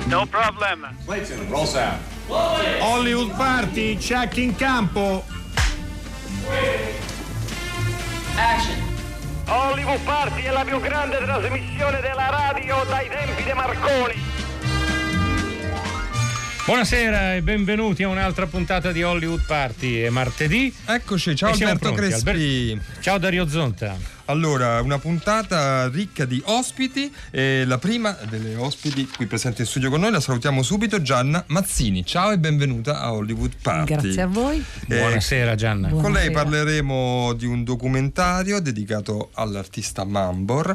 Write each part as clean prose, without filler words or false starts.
No problem. Clayton, roll sound. Hollywood Party, check in campo. Action. Hollywood Party è la più grande trasmissione della radio dai tempi di Marconi. Buonasera e benvenuti a un'altra puntata di Hollywood Party. È martedì. Eccoci, ciao Alberto Crespi. Ciao Dario Zonta. Allora, una puntata ricca di ospiti. La prima delle ospiti qui presente in studio con noi la salutiamo subito, Gianna Mazzini. Ciao e benvenuta a Hollywood Party. Grazie a voi. Buonasera Gianna. Con lei parleremo di un documentario dedicato all'artista Mambor.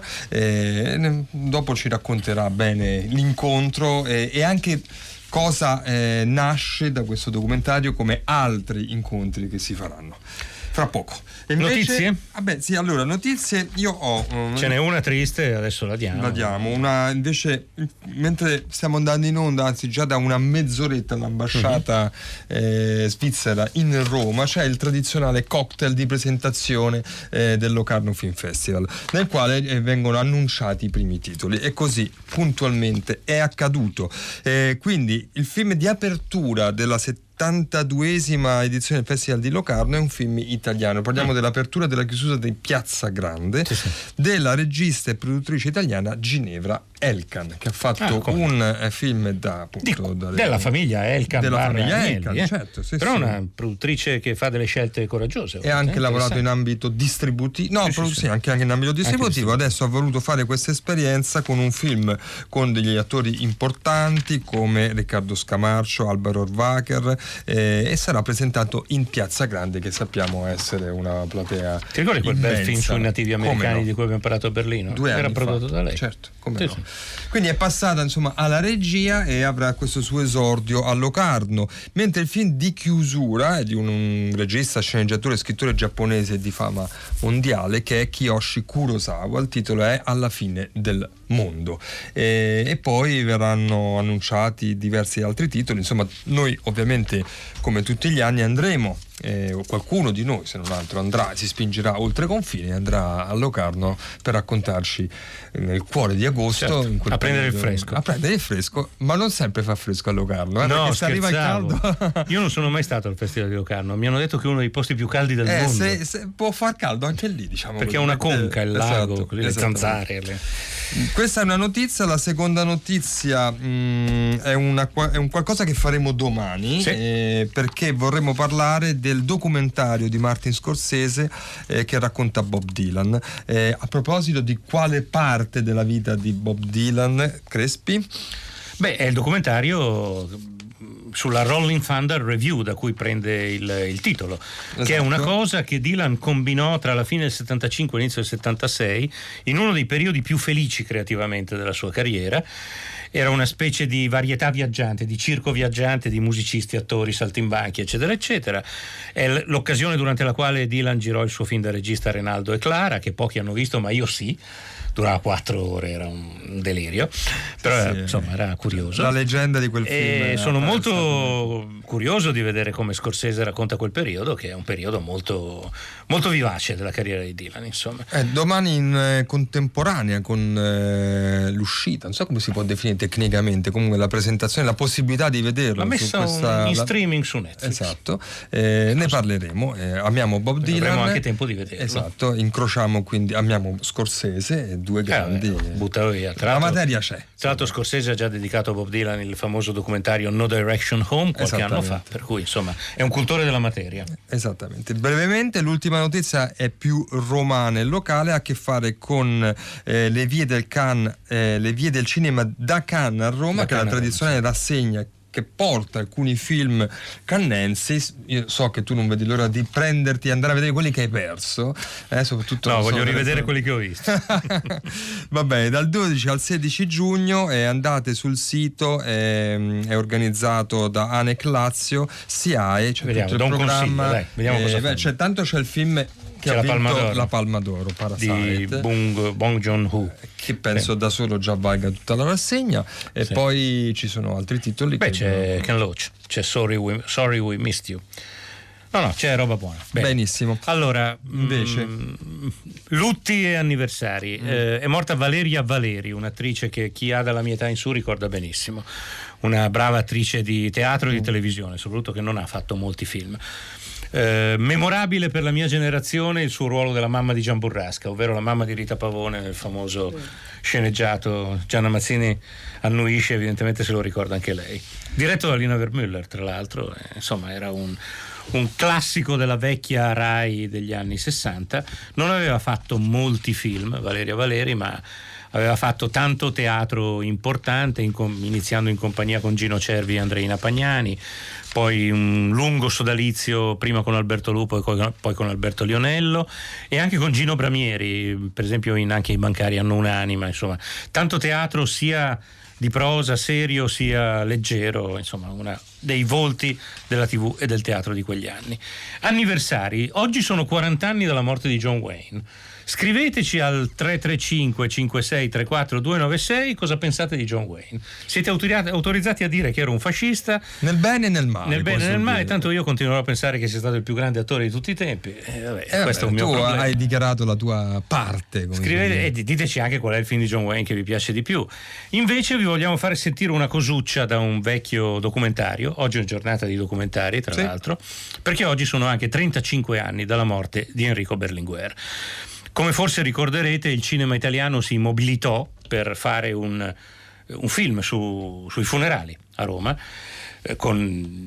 Dopo ci racconterà bene l'incontro e anche cosa nasce da questo documentario, come altri incontri che si faranno fra poco. E invece, notizie? Vabbè, sì, allora, notizie io ho. Ce n'è una triste, adesso la diamo. La diamo. Una invece, mentre stiamo andando in onda, anzi già da una mezz'oretta all'ambasciata svizzera in Roma, c'è il tradizionale cocktail di presentazione del Locarno Film Festival, nel quale vengono annunciati i primi titoli, e così puntualmente è accaduto. Quindi il film di apertura della 72esima edizione del Festival di Locarno è un film italiano. Parliamo dell'apertura e della chiusura di Piazza Grande, sì. Della regista e produttrice italiana Ginevra Elkan, che ha fatto un film della famiglia Elkan, certo, sì, però sì. Una produttrice che fa delle scelte coraggiose e ha anche lavorato in ambito distributivo, anche in ambito distributivo. Adesso ha voluto fare questa esperienza con un film con degli attori importanti come Riccardo Scamarcio, Alvaro Orvacher, e sarà presentato in Piazza Grande, che sappiamo essere una platea. Ti ricordi quel bel film sui nativi americani di cui abbiamo parlato a Berlino? 2 anni era fa. prodotto da lei. Certo, come no. Quindi è passata insomma alla regia e avrà questo suo esordio a Locarno, mentre il film di chiusura è di un regista, sceneggiatore e scrittore giapponese di fama mondiale, che è Kiyoshi Kurosawa. Il titolo è Alla fine del mondo, e poi verranno annunciati diversi altri titoli. Insomma, noi ovviamente come tutti gli anni andremo, qualcuno di noi se non altro andrà, si spingerà oltre confini e andrà a Locarno per raccontarci nel cuore di agosto, certo, a prendere il fresco, ma non sempre fa fresco a Locarno, no, perché se arriva il caldo. Io non sono mai stato al Festival di Locarno, mi hanno detto che è uno dei posti più caldi del mondo. Se può far caldo anche lì, diciamo, perché così. È una conca il lago, esatto, le zanzare. Questa è una notizia. La seconda notizia è un qualcosa che faremo domani, sì. Perché vorremmo parlare del documentario di Martin Scorsese che racconta Bob Dylan. A proposito di quale parte della vita di Bob Dylan, Crespi? Beh, è il documentario sulla Rolling Thunder Review, da cui prende il titolo, esatto. Che è una cosa che Dylan combinò tra la fine del 75 e l'inizio del 76, in uno dei periodi più felici creativamente della sua carriera. Era una specie di varietà viaggiante, di circo viaggiante, di musicisti, attori, saltimbanchi, eccetera, eccetera. È l'occasione durante la quale Dylan girò il suo film da regista Renaldo e Clara, che pochi hanno visto, ma io sì. Durava 4 ore, era un delirio, però sì, insomma era curioso. La leggenda di quel film. Sono molto curioso di vedere come Scorsese racconta quel periodo, che è un periodo molto, molto vivace della carriera di Dylan, insomma. Domani in contemporanea con l'uscita, non so come si può definire tecnicamente, comunque la presentazione, la possibilità di vederlo. L'ha messa in streaming su Netflix. Esatto, ne parleremo. Amiamo Bob Dylan. Avremo anche tempo di vederlo. Esatto, incrociamo quindi, amiamo Scorsese, due grandi. Butta via. La materia c'è. Tra l'altro Scorsese ha già dedicato a Bob Dylan il famoso documentario No Direction Home qualche anno fa, per cui insomma è un cultore della materia. Esattamente. Brevemente, l'ultima notizia è più romana e locale, ha a che fare con le vie del cinema da Cannes a Roma, che è la tradizionale rassegna che porta alcuni film cannensi. Io so che tu non vedi l'ora di prenderti e andare a vedere quelli che hai perso, soprattutto. No, voglio rivedere quelli che ho visto. Va bene, dal 12 al 16 giugno andate sul sito, è organizzato da ANEC Lazio, SIAE, c'è vediamo, tutto il programma. Dai, vediamo cosa fanno. Tanto c'è il film che ha vinto la Palma d'Oro, Parasite, di Bong Joon-ho, che penso da solo già valga tutta la rassegna. E poi ci sono altri titoli. C'è Ken Loach, c'è Sorry We Missed You. No, c'è roba buona. Bene. Benissimo. Allora, invece lutti e anniversari. È morta Valeria Valeri, un'attrice che chi ha dalla mia età in su ricorda benissimo. Una brava attrice di teatro e di televisione, soprattutto che non ha fatto molti film. Memorabile per la mia generazione il suo ruolo della mamma di Gian Burrasca, ovvero la mamma di Rita Pavone nel famoso sceneggiato. Gianna Mazzini annuisce, evidentemente se lo ricorda anche lei. Diretto da Lina Wertmüller, tra l'altro, insomma era un classico della vecchia Rai degli anni 60. Non aveva fatto molti film Valeria Valeri, ma aveva fatto tanto teatro importante, iniziando in compagnia con Gino Cervi e Andreina Pagnani, poi un lungo sodalizio prima con Alberto Lupo e poi con Alberto Lionello, e anche con Gino Bramieri, per esempio anche I bancari hanno un'anima, insomma tanto teatro sia di prosa serio sia leggero, insomma una dei volti della TV e del teatro di quegli anni. Anniversari: oggi sono 40 anni dalla morte di John Wayne. Scriveteci al 335 5634 296 cosa pensate di John Wayne. Siete autorizzati a dire che era un fascista, nel bene e nel male. Nel bene e nel male, tanto io continuerò a pensare che sia stato il più grande attore di tutti i tempi. Questo è un mio problema. Tu hai dichiarato la tua parte. Scrivete e diteci anche qual è il film di John Wayne che vi piace di più. Invece vi vogliamo fare sentire una cosuccia da un vecchio documentario. Oggi è una giornata di documentari, tra l'altro, perché oggi sono anche 35 anni dalla morte di Enrico Berlinguer. Come forse ricorderete, il cinema italiano si mobilitò per fare un film sui funerali a Roma, con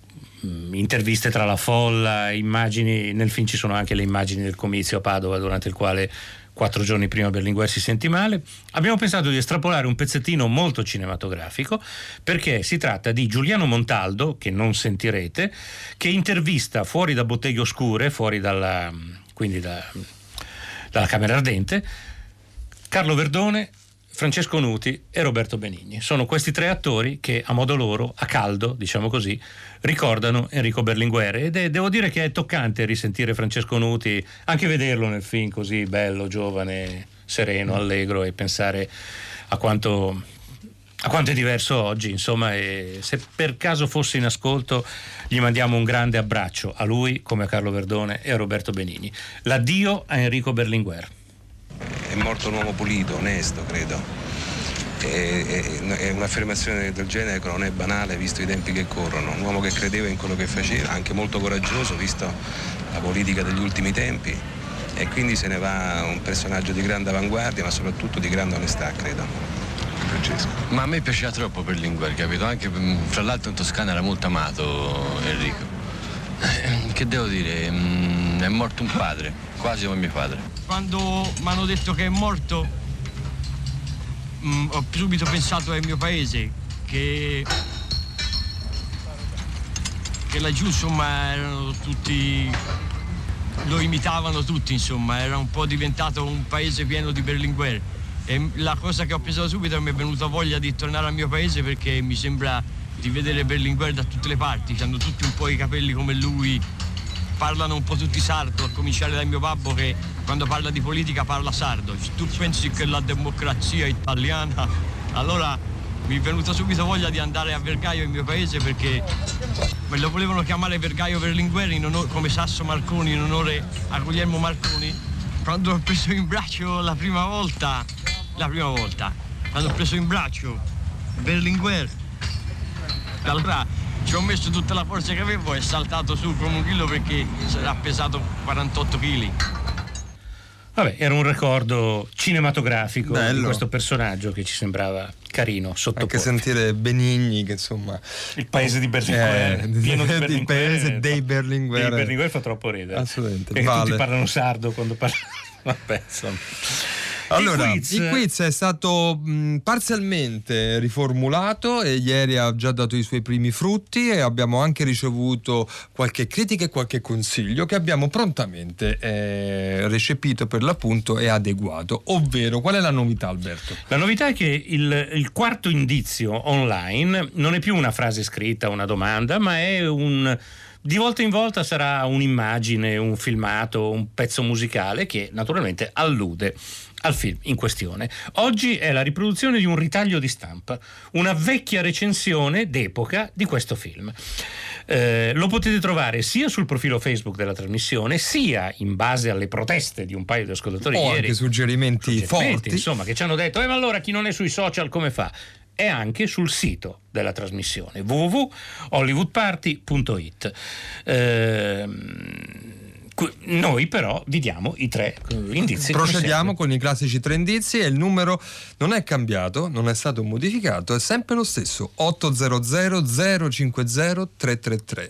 interviste tra la folla, immagini. Nel film ci sono anche le immagini del comizio a Padova, durante il quale 4 giorni prima Berlinguer si sentì male. Abbiamo pensato di estrapolare un pezzettino molto cinematografico, perché si tratta di Giuliano Montaldo, che non sentirete, che intervista fuori da Botteghe Oscure, fuori dalla Camera Ardente, Carlo Verdone, Francesco Nuti e Roberto Benigni. Sono questi 3 attori che a modo loro, a caldo, diciamo così, ricordano Enrico Berlinguer, ed devo dire che è toccante risentire Francesco Nuti, anche vederlo nel film così bello, giovane, sereno, allegro, e pensare a quanto è diverso oggi, insomma. E se per caso fosse in ascolto, gli mandiamo un grande abbraccio a lui, come a Carlo Verdone e a Roberto Benigni. L'addio a Enrico Berlinguer. È morto un uomo pulito, onesto, credo. E un'affermazione del genere non è banale, visto i tempi che corrono. Un uomo che credeva in quello che faceva, anche molto coraggioso, visto la politica degli ultimi tempi. E quindi se ne va un personaggio di grande avanguardia, ma soprattutto di grande onestà, credo. Francesco. Ma a me piaceva troppo Berlinguer, capito? Anche fra l'altro in Toscana era molto amato Enrico. Che devo dire? È morto un padre, quasi come mio padre. Quando mi hanno detto che è morto, ho subito pensato al mio paese, che laggiù insomma erano tutti, lo imitavano tutti, insomma, era un po' diventato un paese pieno di Berlinguer. E la cosa che ho pensato subito, mi è venuta voglia di tornare al mio paese, perché mi sembra di vedere Berlinguer da tutte le parti, hanno tutti un po' i capelli come lui, parlano un po' tutti sardo, a cominciare dal mio babbo che quando parla di politica parla sardo. Tu pensi che la democrazia italiana? Allora mi è venuta subito voglia di andare a Vergaio, il mio paese, perché me lo volevano chiamare Vergaio Berlinguer in onore, come Sasso Marconi, in onore a Guglielmo Marconi. Quando ho preso in braccio la prima volta, quando ho preso in braccio Berlinguer, allora ci ho messo tutta la forza che avevo e è saltato su come un chilo, perché ha pesato 48 kg. Vabbè, era un ricordo cinematografico di questo personaggio che ci sembrava carino sottoporre. Anche sentire Benigni, che insomma il paese di Berlinguer, pieno di Berlinguer, il paese dei Berlinguer. Berlinguer fa troppo ridere. Assolutamente. Perché tutti parlano sardo quando parlano. Vabbè, insomma. Allora, il quiz è stato parzialmente riformulato e ieri ha già dato i suoi primi frutti, e abbiamo anche ricevuto qualche critica e qualche consiglio che abbiamo prontamente recepito per l'appunto e adeguato. Ovvero, qual è la novità, Alberto? La novità è che il quarto indizio online non è più una frase scritta, una domanda, ma è di volta in volta sarà un'immagine, un filmato, un pezzo musicale che naturalmente allude al film in questione. Oggi è la riproduzione di un ritaglio di stampa, una vecchia recensione d'epoca di questo film. Lo potete trovare sia sul profilo Facebook della trasmissione, sia in base alle proteste di un paio di ascoltatori o ieri, anche suggerimenti forti, insomma, che ci hanno detto ma allora chi non è sui social come fa? È anche sul sito della trasmissione www.hollywoodparty.it. Noi però vi diamo i 3 indizi. Procediamo con i classici 3 indizi, e il numero non è cambiato, non è stato modificato, è sempre lo stesso: 800 050 333.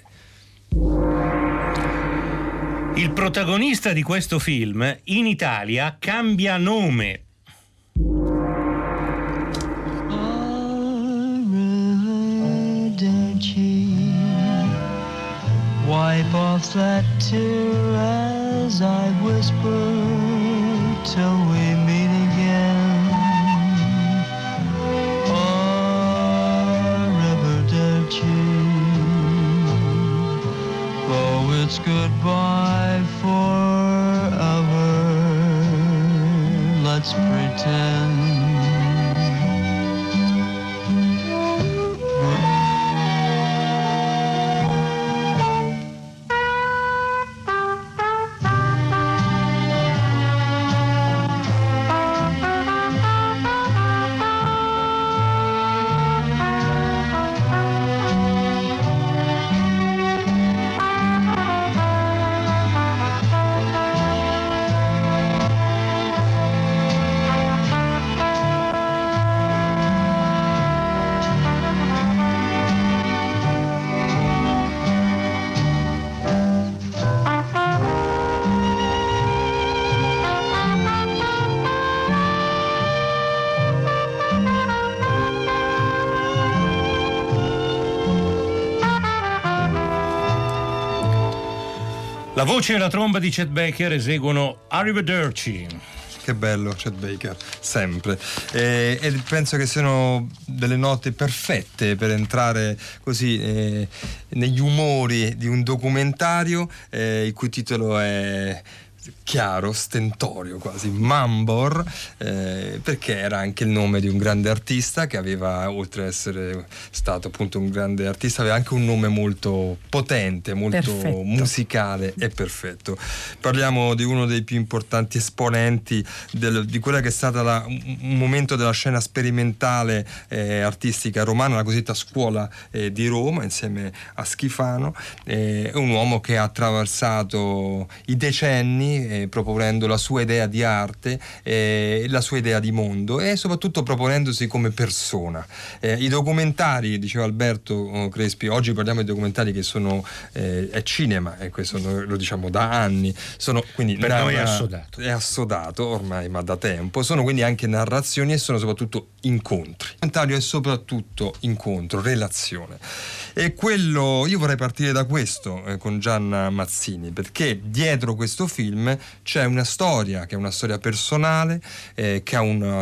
Il protagonista di questo film in Italia cambia nome. Wipe off that tear as I whisper till we meet again. Arrivederci. Oh, it's goodbye forever. Let's pretend. La voce e la tromba di Chet Baker eseguono Arrivederci. Che bello Chet Baker, sempre. E penso che siano delle note perfette per entrare così negli umori di un documentario il cui titolo è chiaro, stentorio quasi, Mambor, perché era anche il nome di un grande artista che aveva, oltre ad essere stato appunto un grande artista, aveva anche un nome molto potente, molto perfetto, musicale e perfetto. Parliamo di uno dei più importanti esponenti di quella che è stata un momento della scena sperimentale artistica romana, la cosiddetta scuola di Roma, insieme a Schifano. È un uomo che ha attraversato i decenni proponendo la sua idea di arte, la sua idea di mondo, e soprattutto proponendosi come persona. I documentari, diceva Alberto Crespi, oggi parliamo di documentari che sono è cinema, e questo noi lo diciamo da anni, sono quindi per noi è assodato ormai, ma da tempo, sono quindi anche narrazioni e sono soprattutto incontri. Il documentario è soprattutto incontro, relazione, e quello, io vorrei partire da questo con Gianna Mazzini, perché dietro questo film c'è una storia che è una storia personale, che ha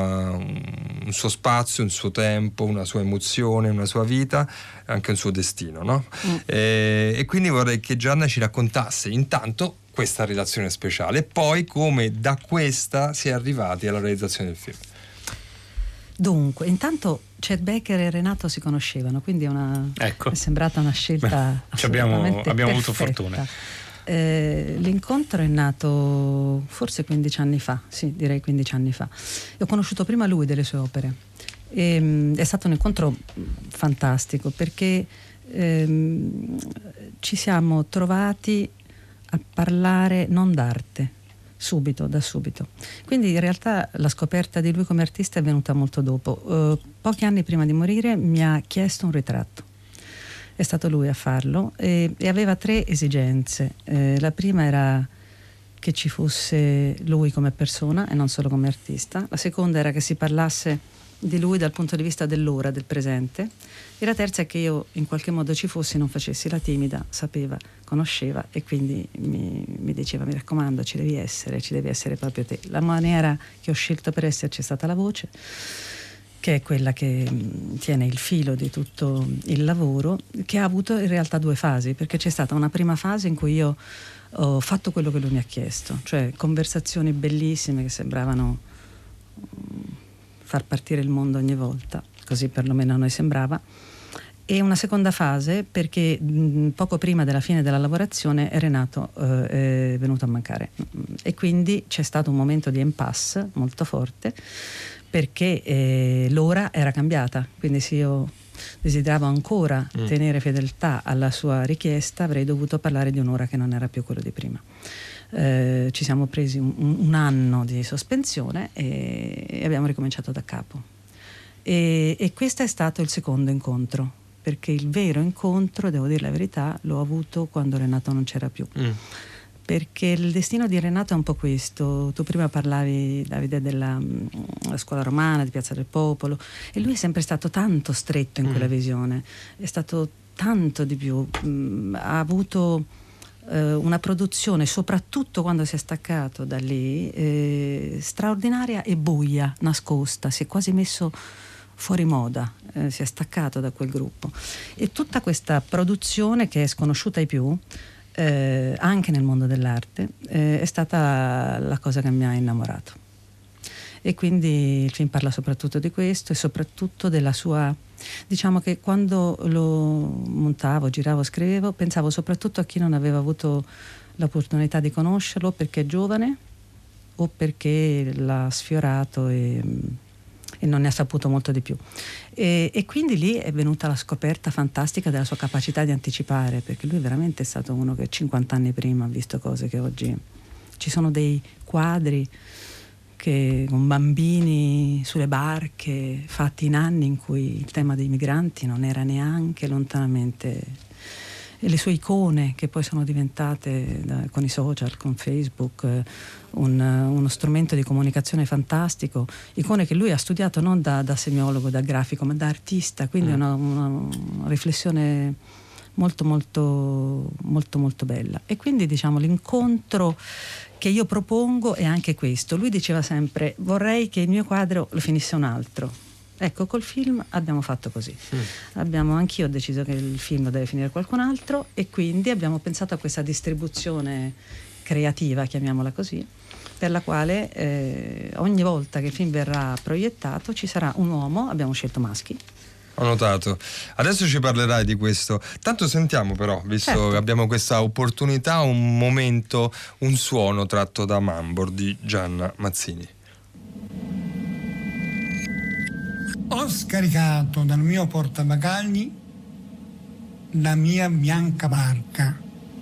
un suo spazio, un suo tempo, una sua emozione, una sua vita, anche un suo destino, no? E quindi vorrei che Gianna ci raccontasse intanto questa relazione speciale e poi come da questa si è arrivati alla realizzazione del film. Dunque, intanto Chet Baker e Renato si conoscevano, quindi è sembrata una scelta assolutamente abbiamo avuto perfetta. fortuna. L'incontro è nato forse 15 anni fa, sì, direi 15 anni fa. Ho conosciuto prima lui delle sue opere. È stato un incontro fantastico perché ci siamo trovati a parlare non d'arte, da subito. Quindi in realtà la scoperta di lui come artista è venuta molto dopo. Pochi anni prima di morire mi ha chiesto un ritratto. È stato lui a farlo e aveva 3 esigenze. La prima era che ci fosse lui come persona e non solo come artista. La seconda era che si parlasse di lui dal punto di vista dell'ora, del presente. E la terza è che io in qualche modo ci fossi, non facessi la timida, sapeva, conosceva e quindi mi diceva: mi raccomando, ci devi essere proprio te. La maniera che ho scelto per esserci è stata la voce, che è quella che tiene il filo di tutto il lavoro, che ha avuto in realtà 2 fasi, perché c'è stata una prima fase in cui io ho fatto quello che lui mi ha chiesto, cioè conversazioni bellissime che sembravano far partire il mondo ogni volta, così perlomeno a noi sembrava, E una seconda fase perché poco prima della fine della lavorazione Renato è venuto a mancare, e quindi c'è stato un momento di impasse molto forte, perché l'ora era cambiata, quindi se io desideravo ancora tenere fedeltà alla sua richiesta avrei dovuto parlare di un'ora che non era più quello di prima. Ci siamo presi un anno di sospensione e abbiamo ricominciato da capo, e questo è stato il secondo incontro, perché il vero incontro, devo dire la verità, l'ho avuto quando Renato non c'era più. Perché il destino di Renato è un po' questo. Tu prima parlavi, Davide, della scuola romana, di Piazza del Popolo, e lui è sempre stato tanto stretto in quella visione, è stato tanto di più, ha avuto una produzione, soprattutto quando si è staccato da lì, straordinaria e buia, nascosta, si è quasi messo fuori moda, si è staccato da quel gruppo, e tutta questa produzione che è sconosciuta ai più, anche nel mondo dell'arte, è stata la cosa che mi ha innamorato, e quindi il film parla soprattutto di questo e soprattutto della sua, diciamo che quando lo montavo, giravo, scrivevo, pensavo soprattutto a chi non aveva avuto l'opportunità di conoscerlo perché è giovane o perché l'ha sfiorato e non ne ha saputo molto di più, e quindi lì è venuta la scoperta fantastica della sua capacità di anticipare, perché lui veramente è stato uno che 50 anni prima ha visto cose che oggi ci sono, dei quadri con bambini sulle barche fatti in anni in cui il tema dei migranti non era neanche lontanamente, e le sue icone che poi sono diventate con i social, con Facebook, uno strumento di comunicazione fantastico, icone che lui ha studiato non da semiologo, da grafico, ma da artista, quindi una riflessione molto molto molto molto bella. E quindi diciamo l'incontro che io propongo è anche questo. Lui diceva sempre: vorrei che il mio quadro lo finisse un altro. Ecco, col film abbiamo fatto così. Anch'io ho deciso che il film lo deve finire qualcun altro, e quindi abbiamo pensato a questa distribuzione creativa, chiamiamola così, per la quale ogni volta che il film verrà proiettato ci sarà un uomo, abbiamo scelto maschi. Ho notato. Adesso ci parlerai di questo. Tanto sentiamo però, visto che abbiamo questa opportunità, un momento, un suono tratto da Mambor di Gianna Mazzini. Ho scaricato dal mio portabagagli la mia bianca barca.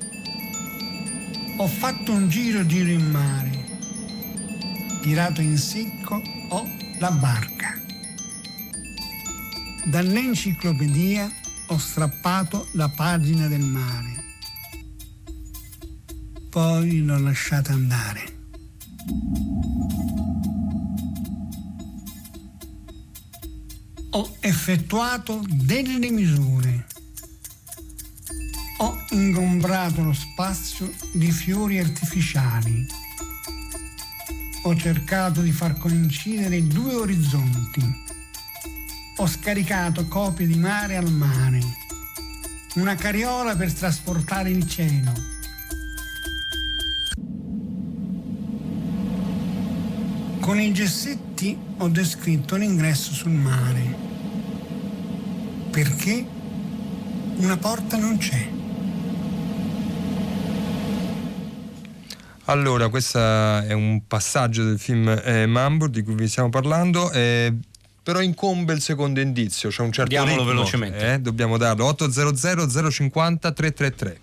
Ho fatto un giro in mare. Tirato in secco ho la barca. Dall'enciclopedia ho strappato la pagina del mare. Poi l'ho lasciata andare. Ho effettuato delle misure. Ho ingombrato lo spazio di fiori artificiali. Ho cercato di far coincidere i due orizzonti. Ho scaricato copie di Mare al mare. Una carriola per trasportare il cielo. Con i gessetti ho descritto l'ingresso sul mare. Perché una porta non c'è. Allora, questo è un passaggio del film Mambor di cui vi stiamo parlando, però incombe il secondo indizio, c'è un certo Diamolo ritmo, velocemente. dobbiamo darlo. 800 050 333.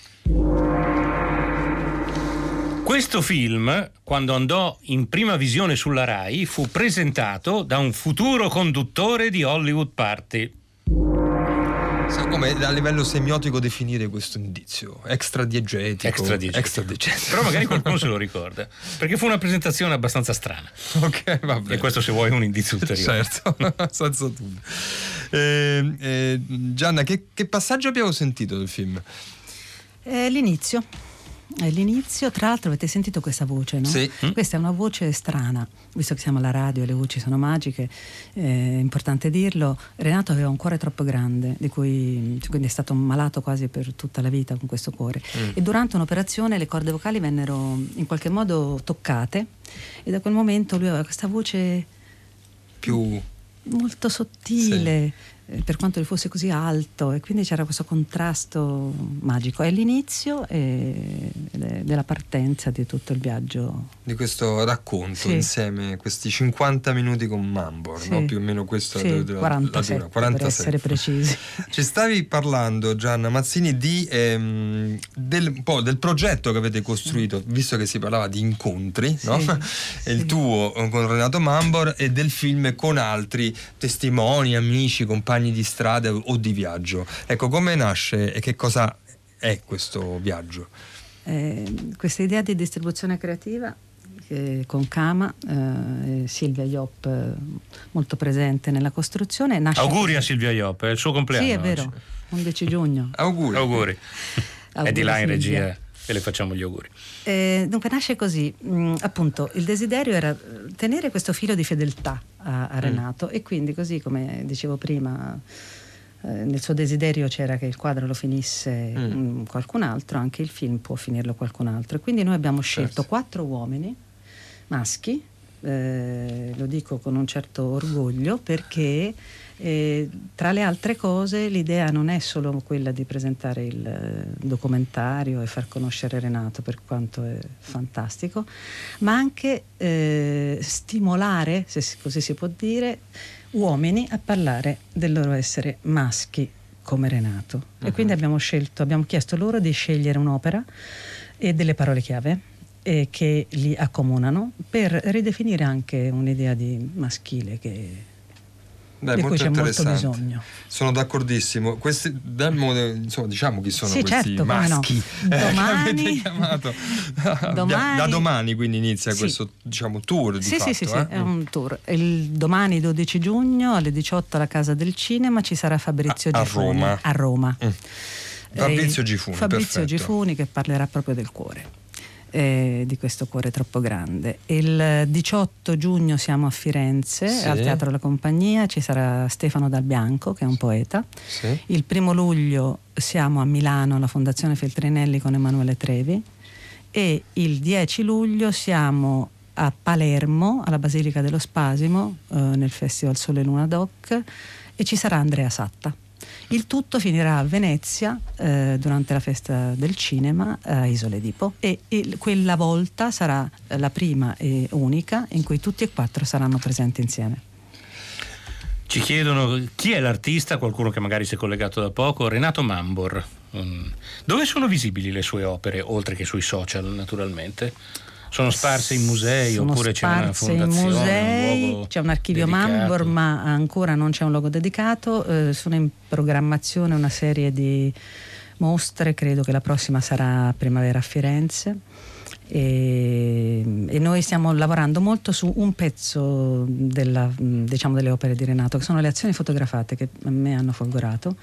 Questo film, quando andò in prima visione sulla Rai, fu presentato da un futuro conduttore di Hollywood Party. Sa come a livello semiotico definire questo indizio? Extradiegetico. Però magari qualcuno se lo ricorda, perché fu una presentazione abbastanza strana. Ok, va bene. E questo, se vuoi, è un indizio ulteriore. Certo, senza dubbio. Gianna, che passaggio abbiamo sentito del film? L'inizio. All'inizio, tra l'altro, avete sentito questa voce, no? Sì. Questa è una voce strana, visto che siamo alla radio e le voci sono magiche, è importante dirlo. Renato aveva un cuore troppo grande, quindi è stato malato quasi per tutta la vita con questo cuore, e durante un'operazione le corde vocali vennero in qualche modo toccate, e da quel momento lui aveva questa voce più molto sottile, per quanto lui fosse così alto, e quindi c'era questo contrasto magico. È l'inizio della partenza di tutto il viaggio, di questo racconto, sì, insieme questi 50 minuti con Mambor, sì, no? Più o meno questo, sì, la 47, 47 per essere precisi. Ci stavi parlando, Gianna Mazzini, di un po' del progetto che avete costruito, visto che si parlava di incontri, sì, no? sì. Il tuo con Renato Mambor e del film con altri testimoni, amici, compagni di strada o di viaggio. Ecco, come nasce e che cosa è questo viaggio? Questa idea di distribuzione creativa con Kama, Silvia Iop molto presente nella costruzione, nasce. Auguri a Silvia Iop, è il suo compleanno. Sì, è vero, 11 giugno. Auguri. È di là in regia e le facciamo gli auguri. Dunque nasce così, appunto il desiderio era tenere questo filo di fedeltà a Renato, e quindi, così come dicevo prima, nel suo desiderio c'era che il quadro lo finisse qualcun altro, anche il film può finirlo qualcun altro, e quindi noi abbiamo scelto 4 uomini maschi, lo dico con un certo orgoglio, perché tra le altre cose l'idea non è solo quella di presentare il documentario e far conoscere Renato, per quanto è fantastico, ma anche stimolare, se così si può dire, uomini a parlare del loro essere maschi come Renato. E quindi abbiamo chiesto loro di scegliere un'opera e delle parole chiave che li accomunano, per ridefinire anche un'idea di maschile di cui c'è molto bisogno. Sono d'accordissimo. Questi, insomma, diciamo chi sono questi, certo, maschi, no. Domani, avete chiamato. Da domani quindi inizia questo, diciamo, tour di fatto. Sì, è un tour. Domani 12 giugno alle 18 alla Casa del Cinema ci sarà Fabrizio Gifuni a Roma. Fabrizio Gifuni, Gifuni, che parlerà proprio del cuore. Di questo cuore troppo grande. Il 18 giugno siamo a Firenze, al Teatro La Compagnia, ci sarà Stefano Dal Bianco, che è un poeta. Il 1 luglio siamo a Milano alla Fondazione Feltrinelli con Emanuele Trevi, e il 10 luglio siamo a Palermo alla Basilica dello Spasimo, nel Festival Sole e Luna Doc, e ci sarà Andrea Satta. Il tutto finirà a Venezia durante la festa del cinema a Isole d'Ipo, e quella volta sarà la prima e unica in cui tutti e 4 saranno presenti insieme. Ci chiedono chi è l'artista, qualcuno che magari si è collegato da poco. Renato Mambor. Dove sono visibili le sue opere, oltre che sui social naturalmente? Sono sparse in musei, oppure c'è una fondazione, in musei, un luogo c'è un archivio dedicato? Mambor, ma ancora non c'è un luogo dedicato. Sono in programmazione una serie di mostre, credo che la prossima sarà a primavera a Firenze, e noi stiamo lavorando molto su un pezzo delle opere di Renato, che sono le azioni fotografate che a me hanno folgorato,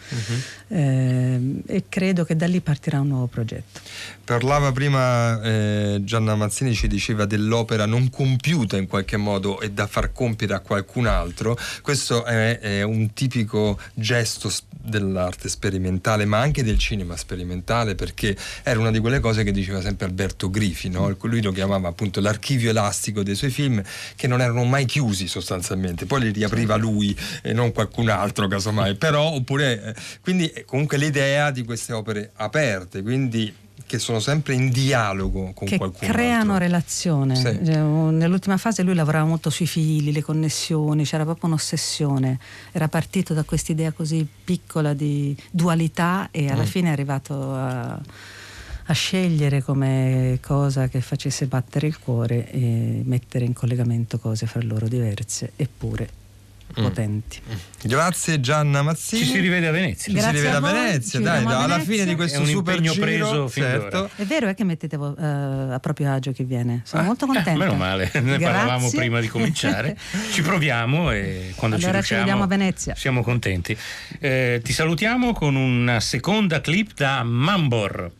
e credo che da lì partirà un nuovo progetto. Parlava prima Gianna Mazzini, ci diceva dell'opera non compiuta in qualche modo e da far compiere a qualcun altro. Questo è un tipico gesto dell'arte sperimentale, ma anche del cinema sperimentale, perché era una di quelle cose che diceva sempre Alberto Grifi, no? Lui lo chiamava appunto l'archivio elastico dei suoi film, che non erano mai chiusi sostanzialmente, poi li riapriva lui e non qualcun altro casomai, però quindi comunque l'idea di queste opere aperte, quindi che sono sempre in dialogo con qualcuno, che creano relazione. Nell'ultima fase lui lavorava molto sui fili, le connessioni, c'era proprio un'ossessione, era partito da quest'idea così piccola di dualità, e alla fine è arrivato a scegliere come cosa che facesse battere il cuore e mettere in collegamento cose fra loro diverse eppure potenti. Grazie Gianna Mazzini. Ci si rivede a Venezia. Grazie, ci si rivede a voi. a Venezia, dai, alla fine di questo super giro preso certo. È vero che mettete a proprio agio chi viene. Sono molto contenta. Meno male, ne parlavamo prima di cominciare. Ci proviamo, e quando ci riusciamo ci vediamo a Venezia. Siamo contenti. Ti salutiamo con una seconda clip da Mambor.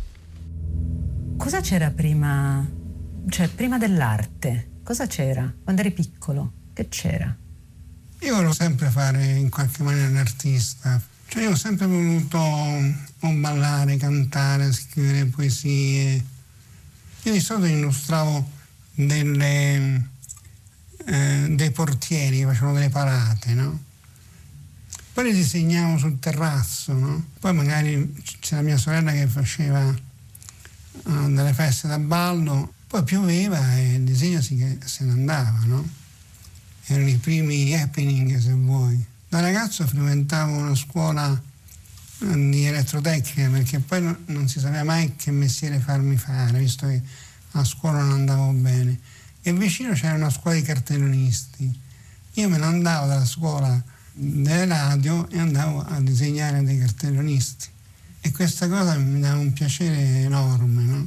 Cosa c'era prima? Cioè, prima dell'arte? Cosa c'era? Quando eri piccolo? Che c'era? Io volevo sempre fare in qualche maniera un artista. Cioè, io ho sempre voluto ballare, cantare, scrivere poesie. Io di solito illustravo dei portieri, facevano delle parate, no? poi le disegnavo sul terrazzo, no? Poi magari c'era mia sorella che faceva delle feste da ballo, poi pioveva e il disegno se ne andava, no? Erano i primi happening, se vuoi. Da ragazzo frequentavo una scuola di elettrotecnica, perché poi non si sapeva mai che mestiere farmi fare, visto che a scuola non andavo bene. E vicino c'era una scuola di cartellonisti. Io me ne andavo dalla scuola delle radio e andavo a disegnare dei cartellonisti. E questa cosa mi dava un piacere enorme, no?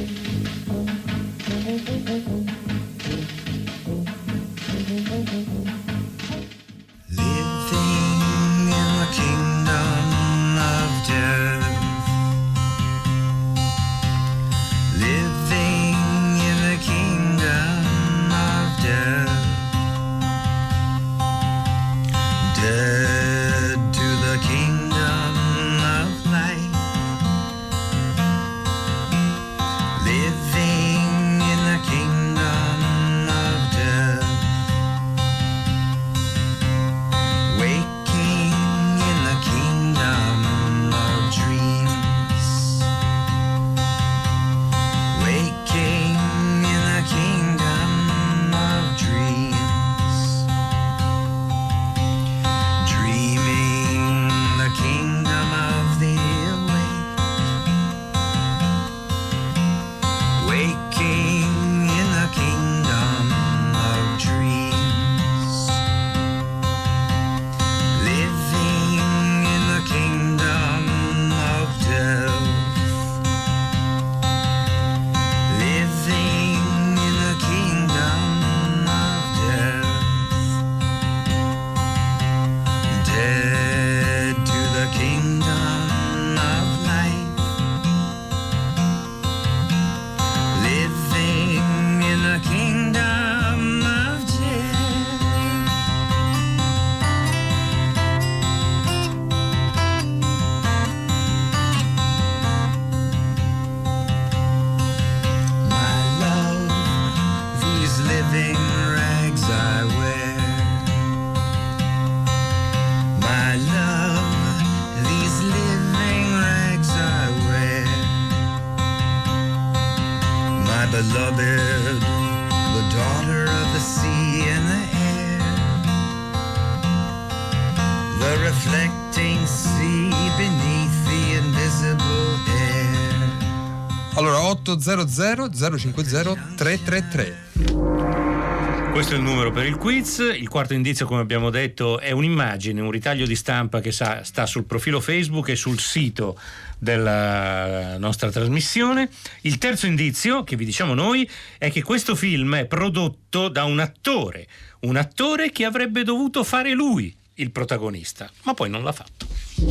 Beloved, the daughter of the sea and the air, the reflecting sea beneath the invisible air. Allora 800 050 333. Questo è il numero per il quiz. Il quarto indizio, come abbiamo detto, è un'immagine, un ritaglio di stampa che sta sul profilo Facebook e sul sito della nostra trasmissione. Il terzo indizio, che vi diciamo noi, è che questo film è prodotto da un attore che avrebbe dovuto fare lui il protagonista, ma poi non l'ha fatto.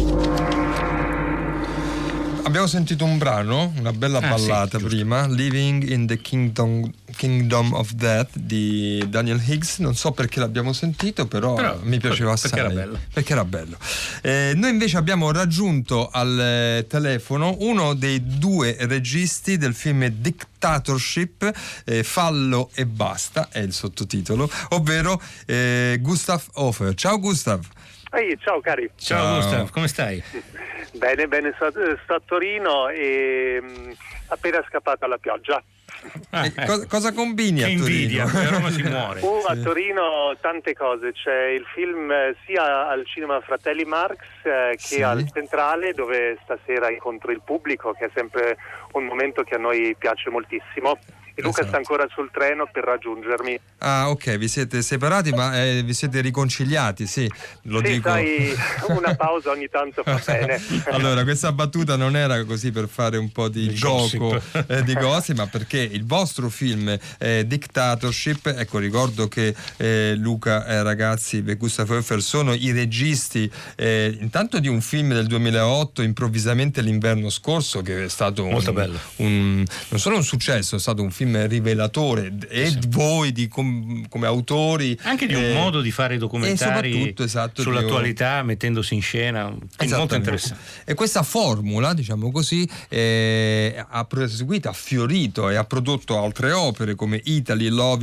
Abbiamo sentito un brano, una bella ballata prima, Living in the Kingdom of Death di Daniel Higgs. Non so perché l'abbiamo sentito, però mi piaceva assai. Perché era bello. Noi invece abbiamo raggiunto al telefono uno dei due registi del film Dictatorship, Fallo e basta, è il sottotitolo, ovvero Gustav Hofer. Ciao Gustav. Ciao cari. Ciao Gustav, come stai? Bene, sto a Torino e appena scappata la pioggia. Cosa combini a Torino? Invidia, a Roma si muore. A Torino tante cose, c'è il film sia al cinema Fratelli Marx che al Centrale, dove stasera incontro il pubblico, che è sempre un momento che a noi piace moltissimo. E Luca sta ancora sul treno per raggiungermi. Ah, ok, vi siete separati, ma vi siete riconciliati, sì, lo dico. Sai, una pausa ogni tanto fa bene. Allora, questa battuta non era così per fare un po' di gioco di gossip, ma perché il vostro film Dictatorship, ecco, ricordo che Luca e ragazzi e Gustav Hofer sono i registi intanto di un film del 2008, Improvvisamente l'inverno scorso, che è stato molto bello. Non solo un successo, è stato un film rivelatore voi come autori, anche di un modo di fare documentari sull'attualità, mettendosi in scena, molto interessante. E questa formula, diciamo così, ha proseguito, ha fiorito e ha prodotto altre opere come Italy, Love It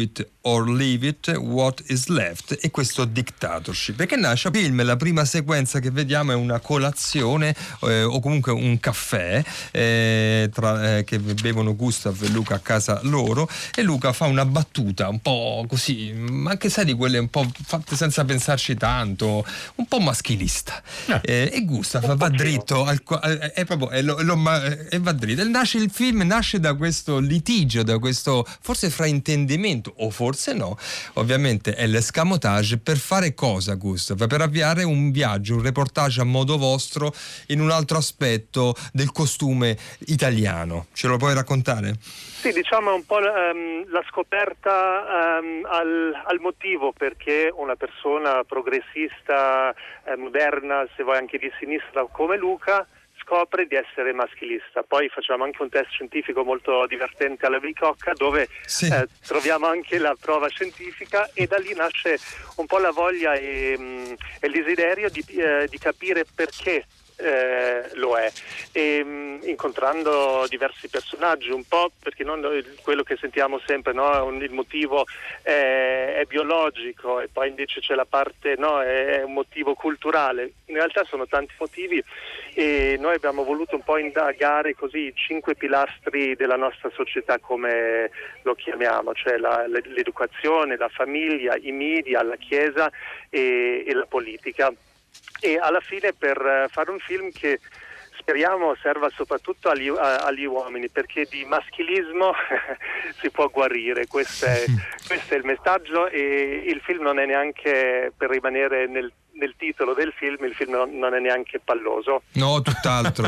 or Leave It, What Is Left, e questo Dictatorship, perché nasce il film, la prima sequenza che vediamo è una colazione o comunque un caffè che bevono Gustav e Luca a casa loro, e Luca fa una battuta un po' così, ma anche sai di quelle un po' fatte senza pensarci tanto, un po' maschilista, e Gustav va dritto e va dritto. Il film nasce da questo litigio, da questo forse fraintendimento, o forse no, ovviamente è l'escamotage per fare cosa, Gustav? Per avviare un viaggio, un reportage a modo vostro in un altro aspetto del costume italiano. Ce lo puoi raccontare? Sì, diciamo un po' la scoperta al motivo perché una persona progressista, moderna, se vuoi anche di sinistra come Luca, scopre di essere maschilista. Poi facciamo anche un test scientifico molto divertente alla Bicocca, dove troviamo anche la prova scientifica, e da lì nasce un po' la voglia e il desiderio di capire perché lo è, e incontrando diversi personaggi, un po' perché non quello che sentiamo sempre, no? Il motivo è biologico, e poi invece c'è la parte, no, è un motivo culturale. In realtà sono tanti motivi, e noi abbiamo voluto un po' indagare così i 5 pilastri della nostra società, come lo chiamiamo, cioè l'educazione, la famiglia, i media, la chiesa e la politica. E alla fine per fare un film che speriamo serva soprattutto agli uomini, perché di maschilismo si può guarire, questo è il messaggio, e il film non è neanche, per rimanere nel titolo del film, il film non è neanche palloso. No, tutt'altro.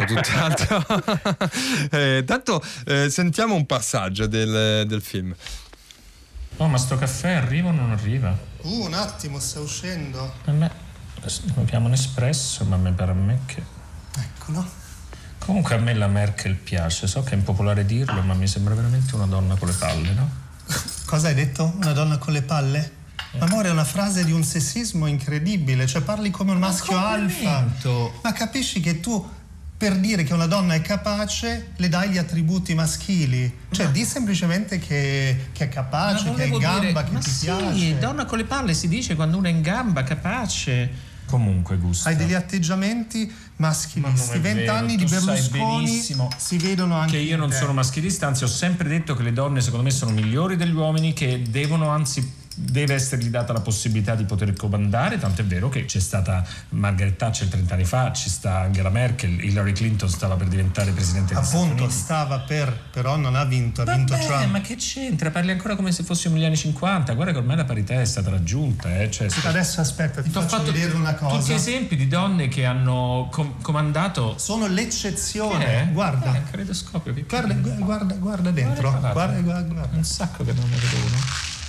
Tanto sentiamo un passaggio del film. Oh, ma sto caffè arriva o non arriva? Un attimo, sta uscendo. A me abbiamo un espresso, ma per me che... Eccolo. Comunque a me la Merkel piace, so che è impopolare dirlo, ma mi sembra veramente una donna con le palle, no? Cosa hai detto? Una donna con le palle? Amore, è una frase di un sessismo incredibile, cioè parli come un maschio alfa. Ma capisci che tu, per dire che una donna è capace, le dai gli attributi maschili. Cioè, di semplicemente che è capace, che è in gamba, che ti piace. Sì, donna con le palle si dice quando uno è in gamba, capace. Comunque, Gustav, hai degli atteggiamenti maschilisti. 20 anni di Berlusconi si vedono anche che io non sono maschilista, anzi ho sempre detto che le donne secondo me sono migliori degli uomini, che devono, anzi deve essergli data la possibilità di poter comandare, tanto è vero che c'è stata Margaret Thatcher 30 anni fa, ci sta Angela Merkel, Hillary Clinton stava per diventare presidente degli Stati Uniti. Stava però non ha vinto, ha vinto Trump. Ma che c'entra? Parli ancora come se fossimo negli anni 50, guarda che ormai la parità è stata raggiunta. Cioè, adesso aspetta, ti faccio vedere una cosa. Tutti esempi di donne che hanno comandato sono l'eccezione. Guarda, il caleidoscopio. Guarda dentro. Guarda. Un sacco che non ne vedo uno.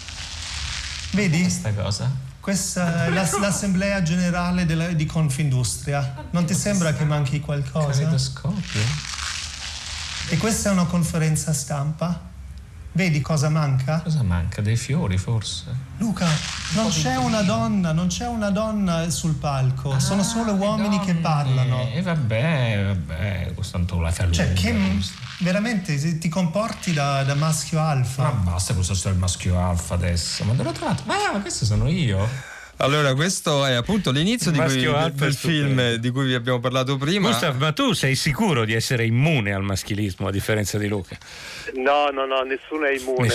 Vedi? Questa cosa? Questa è l'assemblea generale di Confindustria. Non ti sembra che manchi qualcosa? Caleidoscopio? E questa è una conferenza stampa? Vedi cosa manca? Cosa manca? Dei fiori, forse? Luca, non c'è una donna sul palco, sono solo uomini che parlano. E vabbè, tanto la fa lui. Cioè, che veramente ti comporti da maschio alfa. Ma basta con questo del maschio alfa adesso. Ma dove l'ho trovato? Ma questo sono io. Allora, questo è appunto l'inizio del film di cui vi abbiamo parlato prima. Gustav, ma tu sei sicuro di essere immune al maschilismo, a differenza di Luca? No, nessuno è immune.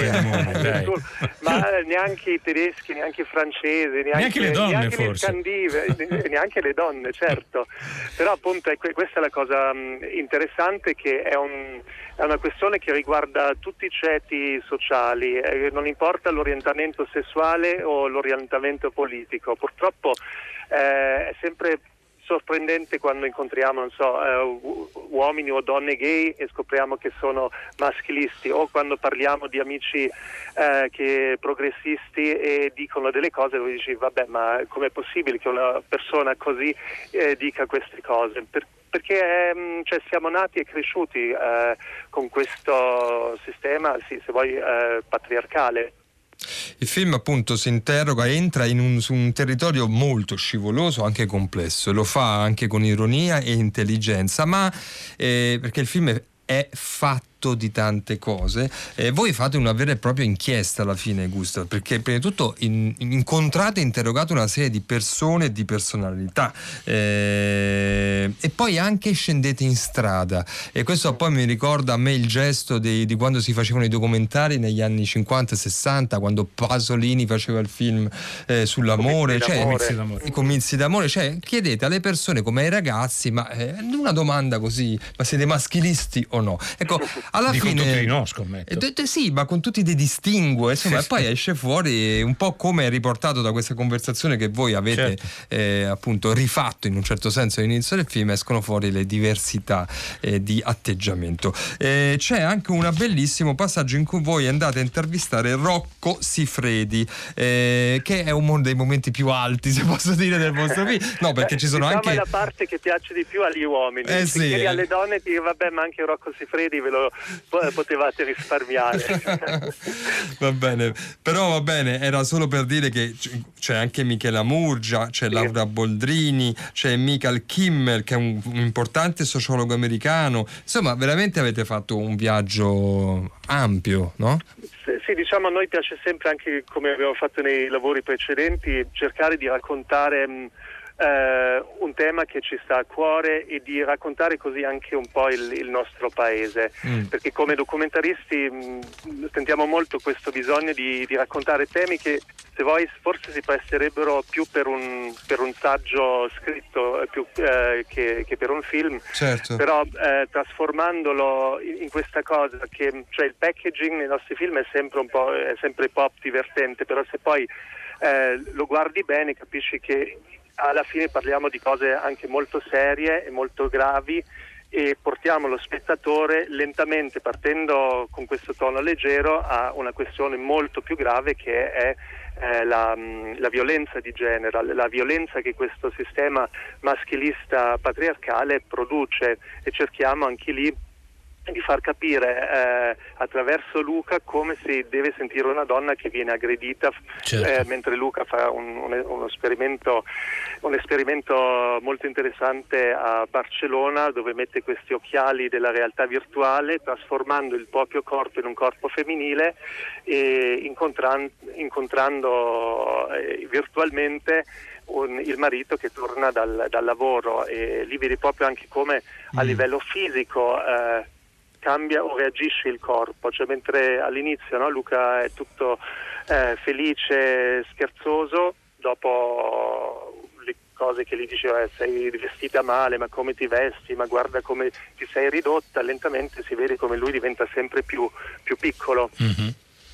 Ma neanche i tedeschi, neanche i francesi, neanche le donne, neanche forse. Neanche le donne, certo. Però appunto questa è la cosa interessante, che è una questione che riguarda tutti i ceti sociali, non importa l'orientamento sessuale o l'orientamento politico. Purtroppo è sempre sorprendente quando incontriamo, non so, uomini o donne gay e scopriamo che sono maschilisti, o quando parliamo di amici che progressisti e dicono delle cose dove dici vabbè, ma com'è possibile che una persona così dica queste cose? Perché cioè, siamo nati e cresciuti con questo sistema, sì, se vuoi, patriarcale. Il film appunto si interroga, entra su un territorio molto scivoloso, anche complesso, e lo fa anche con ironia e intelligenza, ma perché il film è fatto conto di tante cose. Voi fate una vera e propria inchiesta alla fine, Gustav, perché prima di tutto incontrate e interrogate una serie di persone e di personalità, e poi anche scendete in strada, e questo poi mi ricorda a me il gesto di quando si facevano i documentari negli anni 50-60, quando Pasolini faceva il film sull'amore, i comizi d'amore, cioè chiedete alle persone come ai ragazzi, ma una domanda così, ma siete maschilisti o no? Ecco, alla fine con tutti no, scommetto. Sì, ma con tutti dei distinguo, insomma, e poi esce fuori un po' come è riportato da questa conversazione che voi avete appunto rifatto in un certo senso all'inizio del film. Escono fuori le diversità di atteggiamento. C'è anche un bellissimo passaggio in cui voi andate a intervistare Rocco Siffredi, che è uno dei momenti più alti, se posso dire, del vostro film. No, perché ci sono anche... è la parte che piace di più agli uomini. Sì. Alle donne dire vabbè, ma anche Rocco Siffredi ve lo potevate risparmiare. Va bene, però va bene, era solo per dire che c'è anche Michela Murgia, c'è Laura Boldrini, c'è Michael Kimmel, che è un importante sociologo americano. Insomma, veramente avete fatto un viaggio ampio, no? Sì, diciamo, a noi piace sempre, anche come abbiamo fatto nei lavori precedenti, cercare di raccontare un tema che ci sta a cuore e di raccontare così anche un po' il nostro paese, perché come documentaristi sentiamo molto questo bisogno di raccontare temi che, se vuoi, forse si presterebbero più per un saggio scritto più che per un film, certo. Però trasformandolo in questa cosa che, cioè, il packaging nei nostri film è sempre pop, divertente, però se poi lo guardi bene capisci che alla fine parliamo di cose anche molto serie e molto gravi, e portiamo lo spettatore lentamente, partendo con questo tono leggero, a una questione molto più grave, che è la violenza di genere, la violenza che questo sistema maschilista patriarcale produce, e cerchiamo anche lì di far capire attraverso Luca come si deve sentire una donna che viene aggredita, certo. Mentre Luca fa un esperimento molto interessante a Barcellona, dove mette questi occhiali della realtà virtuale, trasformando il proprio corpo in un corpo femminile e incontrando virtualmente il marito che torna dal lavoro, e lì vedi proprio anche come a livello fisico cambia o reagisce il corpo, cioè mentre all'inizio, no, Luca è tutto felice, scherzoso, dopo le cose che gli diceva, sei vestita male, ma come ti vesti, ma guarda come ti sei ridotta, lentamente si vede come lui diventa sempre più piccolo. Mm-hmm.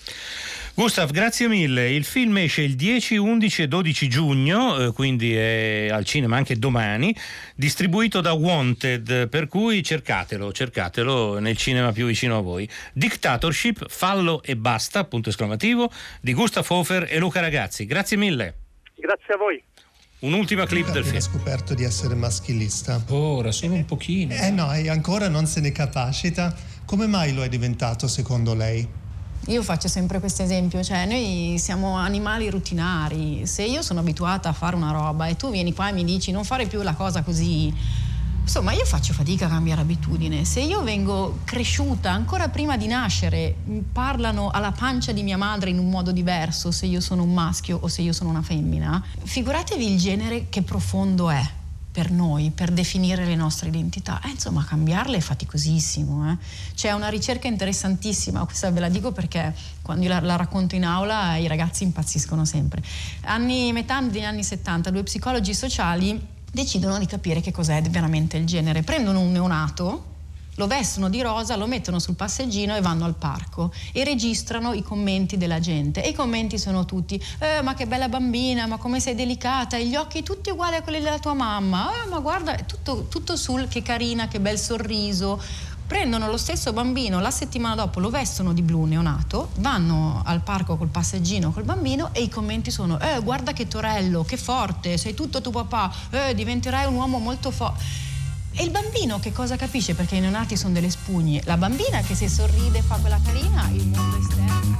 Gustav, grazie mille. Il film esce il 10, 11 e 12 giugno, quindi è al cinema anche domani, distribuito da Wanted, per cui cercatelo nel cinema più vicino a voi. Dictatorship, fallo e basta, punto esclamativo, di Gustav Hofer e Luca Ragazzi. Grazie mille. Grazie a voi. Un'ultima clip del film. Ha scoperto di essere maschilista. Ora, solo un pochino. No, e ancora non se ne capacita. Come mai lo è diventato, secondo lei? Io faccio sempre questo esempio, cioè noi siamo animali rutinari. Se io sono abituata a fare una roba e tu vieni qua e mi dici non fare più la cosa così, insomma io faccio fatica a cambiare abitudine. Se io vengo cresciuta ancora prima di nascere, parlano alla pancia di mia madre in un modo diverso se io sono un maschio o se io sono una femmina, figuratevi il genere che profondo è per noi, per definire le nostre identità. Insomma, cambiarle è faticosissimo. C'è una ricerca interessantissima, questa ve la dico perché quando io la racconto in aula i ragazzi impazziscono sempre. Metà degli anni 70, 2 psicologi sociali decidono di capire che cos'è veramente il genere. Prendono un neonato, lo vestono di rosa, lo mettono sul passeggino e vanno al parco e registrano i commenti della gente, e i commenti sono tutti ma che bella bambina, ma come sei delicata, e gli occhi tutti uguali a quelli della tua mamma, ma guarda, tutto sul che carina, che bel sorriso. Prendono lo stesso bambino, la settimana dopo lo vestono di blu neonato, vanno al parco col passeggino col bambino e i commenti sono guarda che torello, che forte, sei tutto tuo papà, diventerai un uomo molto forte. E il bambino che cosa capisce? Perché i neonati sono delle spugne. La bambina che se sorride fa quella carina, il mondo esterno.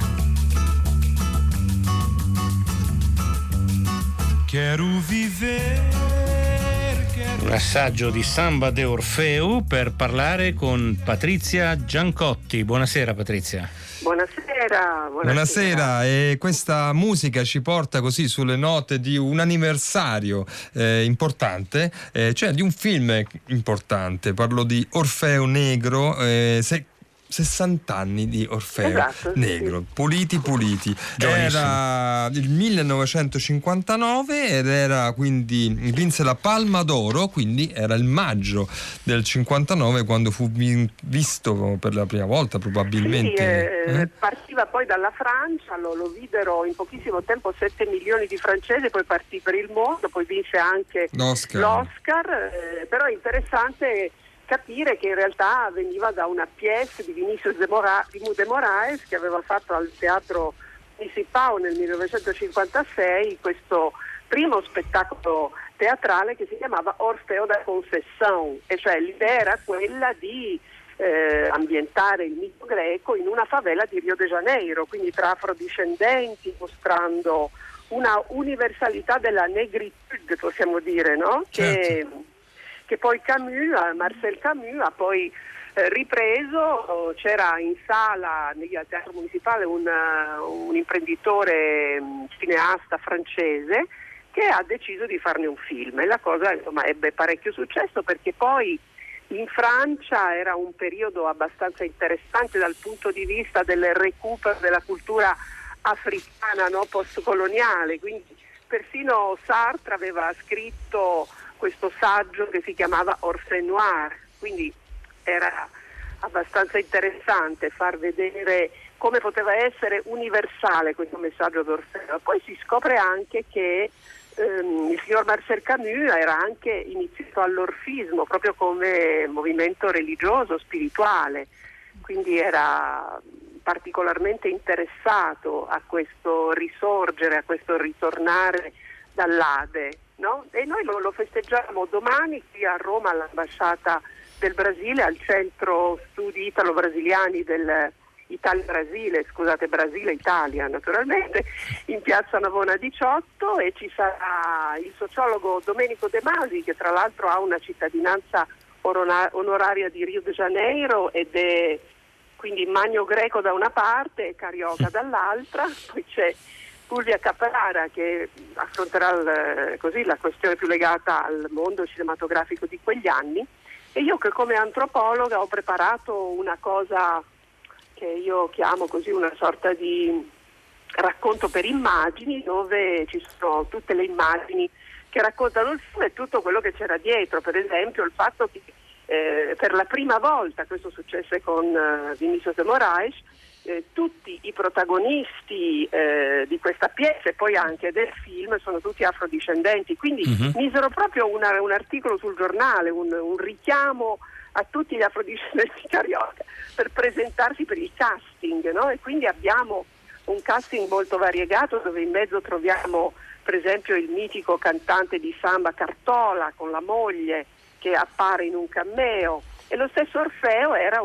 Quero viver, quero Un assaggio di Samba de Orfeo per parlare con Patrizia Giancotti. Buonasera Patrizia. Buonasera, e questa musica ci porta così sulle note di un anniversario importante, cioè di un film importante. Parlo di Orfeo Negro, 60 anni di Orfeo Negro, sì. Puliti. Era il 1959 ed era quindi, vinse la Palma d'Oro, quindi era il maggio del 59 quando fu visto per la prima volta probabilmente. Sì, partiva poi dalla Francia, lo videro in pochissimo tempo 7 milioni di francesi, poi partì per il mondo, poi vinse anche l'Oscar, però è interessante capire che in realtà veniva da una pièce di Vinicius de Moraes che aveva fatto al Teatro Municipal nel 1956 questo primo spettacolo teatrale che si chiamava Orfeo da Conceição, e cioè l'idea era quella di ambientare il mito greco in una favela di Rio de Janeiro, quindi tra afrodiscendenti, mostrando una universalità della negritude, possiamo dire, no? Certo. Che poi Marcel Camus ha poi ripreso. C'era in sala al Teatro Municipale un imprenditore cineasta francese che ha deciso di farne un film, e la cosa insomma ebbe parecchio successo, perché poi in Francia era un periodo abbastanza interessante dal punto di vista del recupero della cultura africana, no, postcoloniale, quindi persino Sartre aveva scritto questo saggio che si chiamava Orfeo Noir, quindi era abbastanza interessante far vedere come poteva essere universale questo messaggio d'Orfeo. Poi si scopre anche che il signor Marcel Camus era anche iniziato all'orfismo proprio come movimento religioso, spirituale, quindi era particolarmente interessato a questo risorgere, a questo ritornare dall'Ade, no? E noi lo festeggiamo domani qui a Roma all'ambasciata del Brasile, al centro studi italo-brasiliani del Italia-Brasile, scusate, Brasile-Italia naturalmente, in piazza Navona 18, e ci sarà il sociologo Domenico De Masi, che tra l'altro ha una cittadinanza onoraria di Rio de Janeiro ed è quindi magno greco da una parte e carioca dall'altra. Poi c'è Fulvia Caprara che affronterà la questione più legata al mondo cinematografico di quegli anni, e io che come antropologa ho preparato una cosa che io chiamo così una sorta di racconto per immagini, dove ci sono tutte le immagini che raccontano il film e tutto quello che c'era dietro. Per esempio il fatto che per la prima volta, questo successe con Vinicius de Moraes, tutti i protagonisti di questa pièce e poi anche del film sono tutti afrodiscendenti, quindi misero proprio un articolo sul giornale, un richiamo a tutti gli afrodiscendenti carioca per presentarsi per il casting, no? E quindi abbiamo un casting molto variegato, dove in mezzo troviamo per esempio il mitico cantante di samba Cartola con la moglie che appare in un cameo, e lo stesso Orfeo era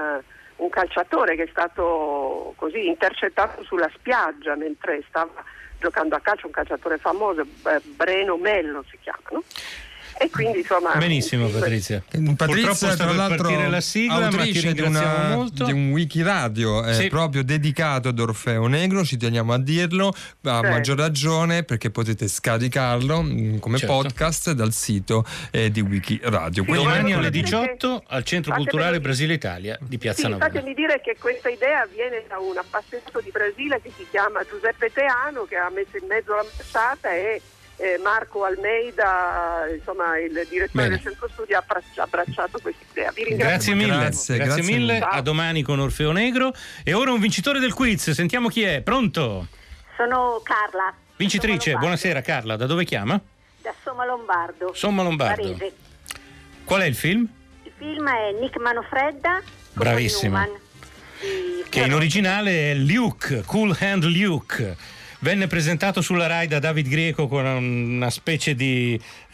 un calciatore che è stato così intercettato sulla spiaggia mentre stava giocando a calcio, un calciatore famoso, Breno Mello si chiama, no? E quindi insomma benissimo Patrizia. Patrizia tra l'altro la sigla, autrice di un Wikiradio proprio dedicato ad Orfeo Negro, ci teniamo a dirlo, a maggior ragione perché potete scaricarlo come podcast dal sito di Wikiradio. Domani alle 18 al Centro Culturale Brasile Italia di Piazza Navona. Fatemi dire che questa idea viene da un appassionato di Brasile che si chiama Giuseppe Teano, che ha messo in mezzo la mazzata, e Marco Almeida, insomma il direttore del centro studi, ha abbracciato questa idea. Vi ringrazio. Grazie mille. A domani con Orfeo Negro. E ora un vincitore del quiz, sentiamo chi è. Pronto? Sono Carla. Vincitrice, buonasera Carla, da dove chiama? Da Somma Lombardo. Somma Lombardo. Varese. Qual è il film? Il film è Nick Manofredda. Bravissimo. Newman, che in originale è Luke, Cool Hand Luke. Venne presentato sulla Rai da David Grieco con una specie di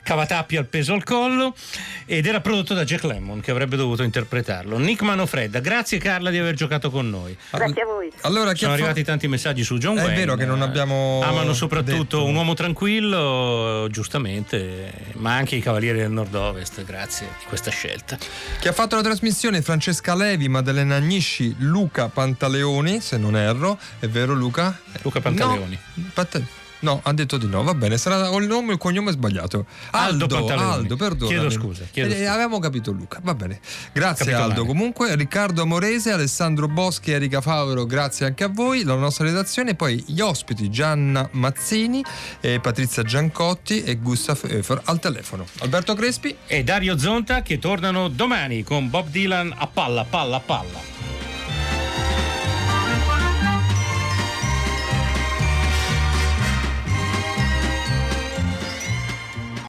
cavatappi al peso al collo, ed era prodotto da Jack Lemmon, che avrebbe dovuto interpretarlo. Nick Manofredda, grazie Carla di aver giocato con noi. Grazie a voi. Allora, sono arrivati tanti messaggi su John Wayne. È vero che non abbiamo amano soprattutto detto. un uomo tranquillo, giustamente, ma anche i Cavalieri del Nord-Ovest, grazie di questa scelta. Chi ha fatto la trasmissione? Francesca Levi, Maddalena Agnisci, Luca Pantaleoni, se non erro. È vero Luca? Luca Pantaleoni. No, ha detto di no, va bene, sarà il nome e il cognome sbagliato. Aldo, perdona. Chiedo scusa. Avevamo capito Luca, va bene. Grazie Capito Aldo. male. Comunque Riccardo Amorese, Alessandro Boschi, Erika Favero, grazie anche a voi, la nostra redazione, poi gli ospiti Gianna Mazzini, Patrizia Giancotti e Gustav Oefer al telefono. Alberto Crespi e Dario Zonta, che tornano domani con Bob Dylan a palla.